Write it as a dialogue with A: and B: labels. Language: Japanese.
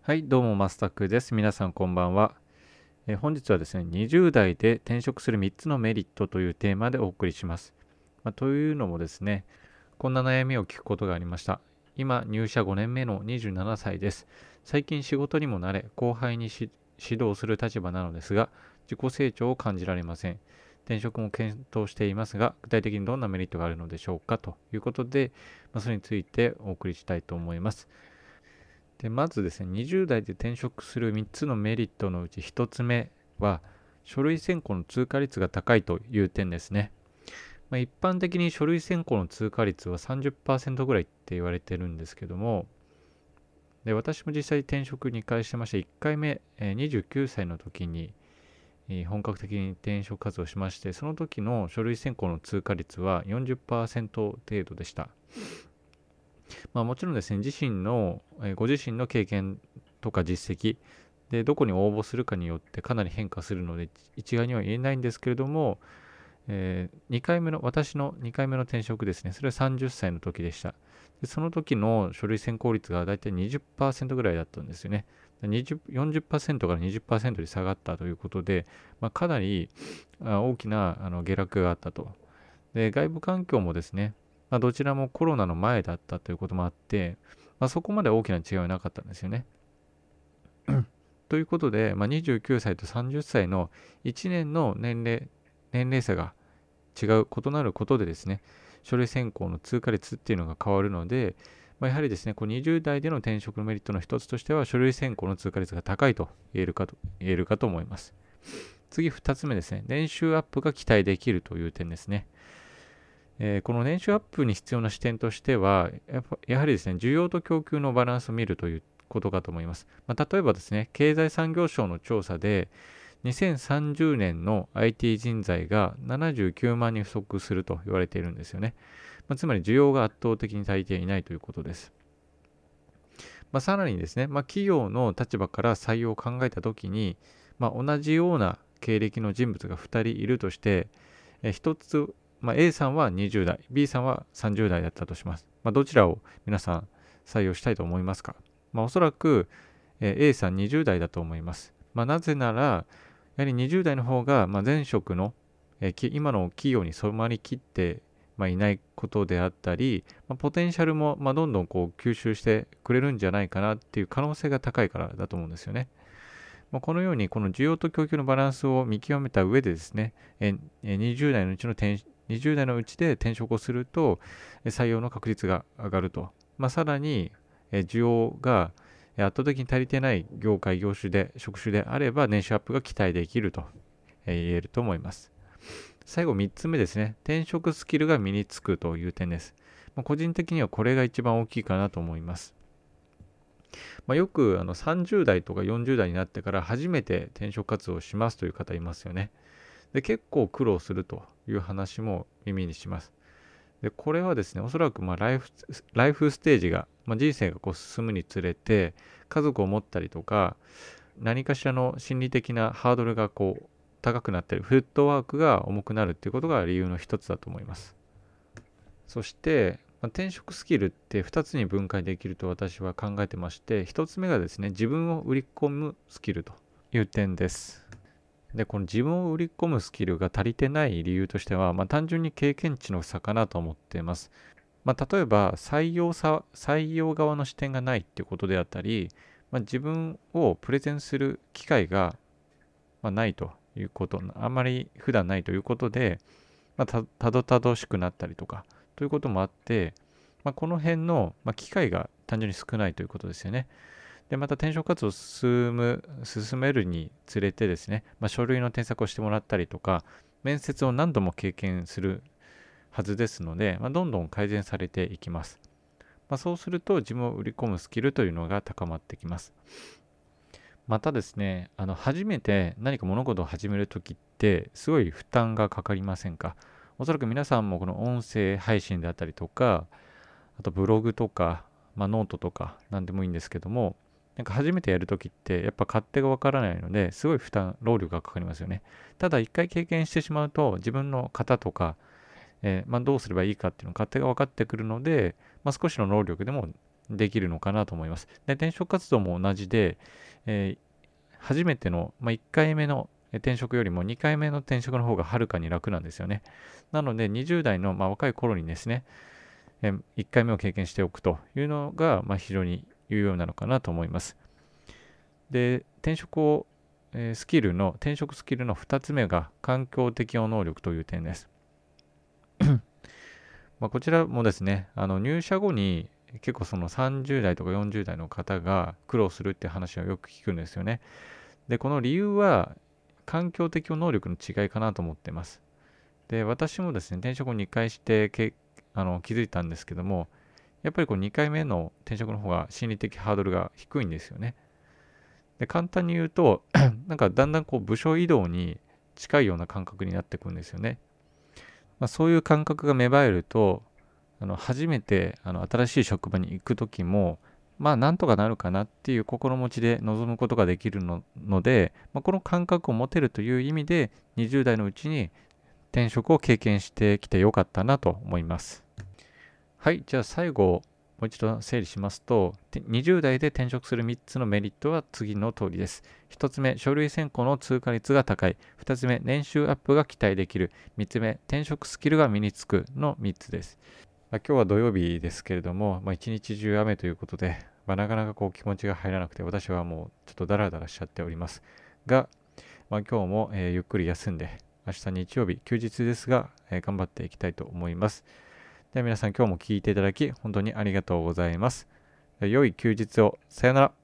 A: はい、どうもマスタクです。皆さんこんばんは。本日はですね、20代で転職する3つのメリットというテーマでお送りします。というのもですね、こんな悩みを聞くことがありました。今、入社5年目の27歳です。最近仕事にも慣れ、後輩に指導する立場なのですが、自己成長を感じられません。転職も検討していますが、具体的にどんなメリットがあるのでしょうかということで、それについてお送りしたいと思います。で、まずですね、20代で転職する3つのメリットのうち1つ目は、書類選考の通過率が高いという点ですね。一般的に書類選考の通過率は30%ぐらいって言われてるんですけども、で、私も実際転職2回してまして、1回目、29歳の時に本格的に転職活動しまして、その時の書類選考の通過率は40%程度でした。もちろんですね、ご自身の経験とか実績でどこに応募するかによってかなり変化するので一概には言えないんですけれども、私の2回目の転職ですね、それは30歳の時でした。でその時の書類選考率がだいたい20%ぐらいだったんですよね。40% から20%に下がったということで、かなり大きな下落があったと。で、外部環境もですね、どちらもコロナの前だったということもあって、そこまで大きな違いはなかったんですよね。ということで、29歳と30歳の1年の年齢差が異なることでですね、書類選考の通過率っていうのが変わるので、やはりですね、20代での転職のメリットの一つとしては、書類選考の通過率が高いと言えるかと思います。次、2つ目ですね、年収アップが期待できるという点ですね。この年収アップに必要な視点としては、やはりですね、需要と供給のバランスを見るということかと思います。例えばですね、経済産業省の調査で、2030年の IT 人材が79万人不足すると言われているんですよね。つまり需要が圧倒的に足りていないということです。さらにですね、企業の立場から採用を考えたときに、同じような経歴の人物が2人いるとして、1つA さんは20代、B さんは30代だったとします。どちらを皆さん採用したいと思いますか？おそらく、A さん20代だと思います。なぜなら、やはり20代の方が、前職の、今の企業に染まりきって、いないことであったり、ポテンシャルも、どんどん吸収してくれるんじゃないかなっていう可能性が高いからだと思うんですよね。このようにこの需要と供給のバランスを見極めた上でですね、20代のうちの20代のうちで転職をすると採用の確率が上がると。さらに需要が圧倒的に足りてない業種で職種であれば年収アップが期待できると言えると思います。最後3つ目ですね。転職スキルが身につくという点です。個人的にはこれが一番大きいかなと思います。よく30代とか40代になってから初めて転職活動をしますという方いますよね。で、結構苦労するという話も耳にします。で、これはですね、おそらくライフステージが、人生が進むにつれて、家族を持ったりとか、何かしらの心理的なハードルが高くなったり、フットワークが重くなるっていうことが理由の一つだと思います。そして、転職スキルって2つに分解できると私は考えてまして、1つ目がですね、自分を売り込むスキルという点です。で、この自分を売り込むスキルが足りてない理由としては、単純に経験値の差かなと思っています。例えば採用側の視点がないっていうことであったり、自分をプレゼンする機会が、ないということ、あまり普段ないということで、たどたどしくなったりとか、ということもあって、この辺の、機会が単純に少ないということですよね。で、また転職活動を進めるにつれてですね、書類の添削をしてもらったりとか、面接を何度も経験するはずですので、どんどん改善されていきます。そうすると自分を売り込むスキルというのが高まってきます。またですね、初めて何か物事を始めるときって、すごい負担がかかりませんか？おそらく皆さんもこの音声配信であったりとか、あとブログとか、ノートとか何でもいいんですけども、なんか初めてやるときってやっぱ勝手がわからないので、すごい労力がかかりますよね。ただ一回経験してしまうと自分の型とか、どうすればいいかっていうのが勝手が分かってくるので、少しの労力でもできるのかなと思います。で、転職活動も同じで、初めての、1回目の転職よりも2回目の転職の方がはるかに楽なんですよね。なので、20代の、若い頃にですね、1回目を経験しておくというのが、非常に有用なのかなと思います。で、転職スキルの2つ目が環境適応能力という点です。こちらもですね、入社後に結構その30代とか40代の方が苦労するって話をよく聞くんですよね。で、この理由は環境適応能力の違いかなと思ってます。で、私もですね、転職を2回して気づいたんですけども、やっぱり2回目の転職の方が心理的ハードルが低いんですよね。で、簡単に言うと、なんかだんだん部署移動に近いような感覚になってくるんですよね。そういう感覚が芽生えると、初めて新しい職場に行くときも、なんとかなるかなっていう心持ちで臨むことができるので、この感覚を持てるという意味で、20代のうちに転職を経験してきてよかったなと思います。はい、じゃあ最後、もう一度整理しますと、20代で転職する3つのメリットは次の通りです。1つ目、書類選考の通過率が高い。2つ目、年収アップが期待できる。3つ目、転職スキルが身につくの3つです。今日は土曜日ですけれども、一日中雨ということで、なかなか気持ちが入らなくて、私はもうちょっとダラダラしちゃっております。が、今日も、ゆっくり休んで、明日日曜日、休日ですが、頑張っていきたいと思います。では皆さん今日も聞いていただき、本当にありがとうございます。良い休日を。さよなら。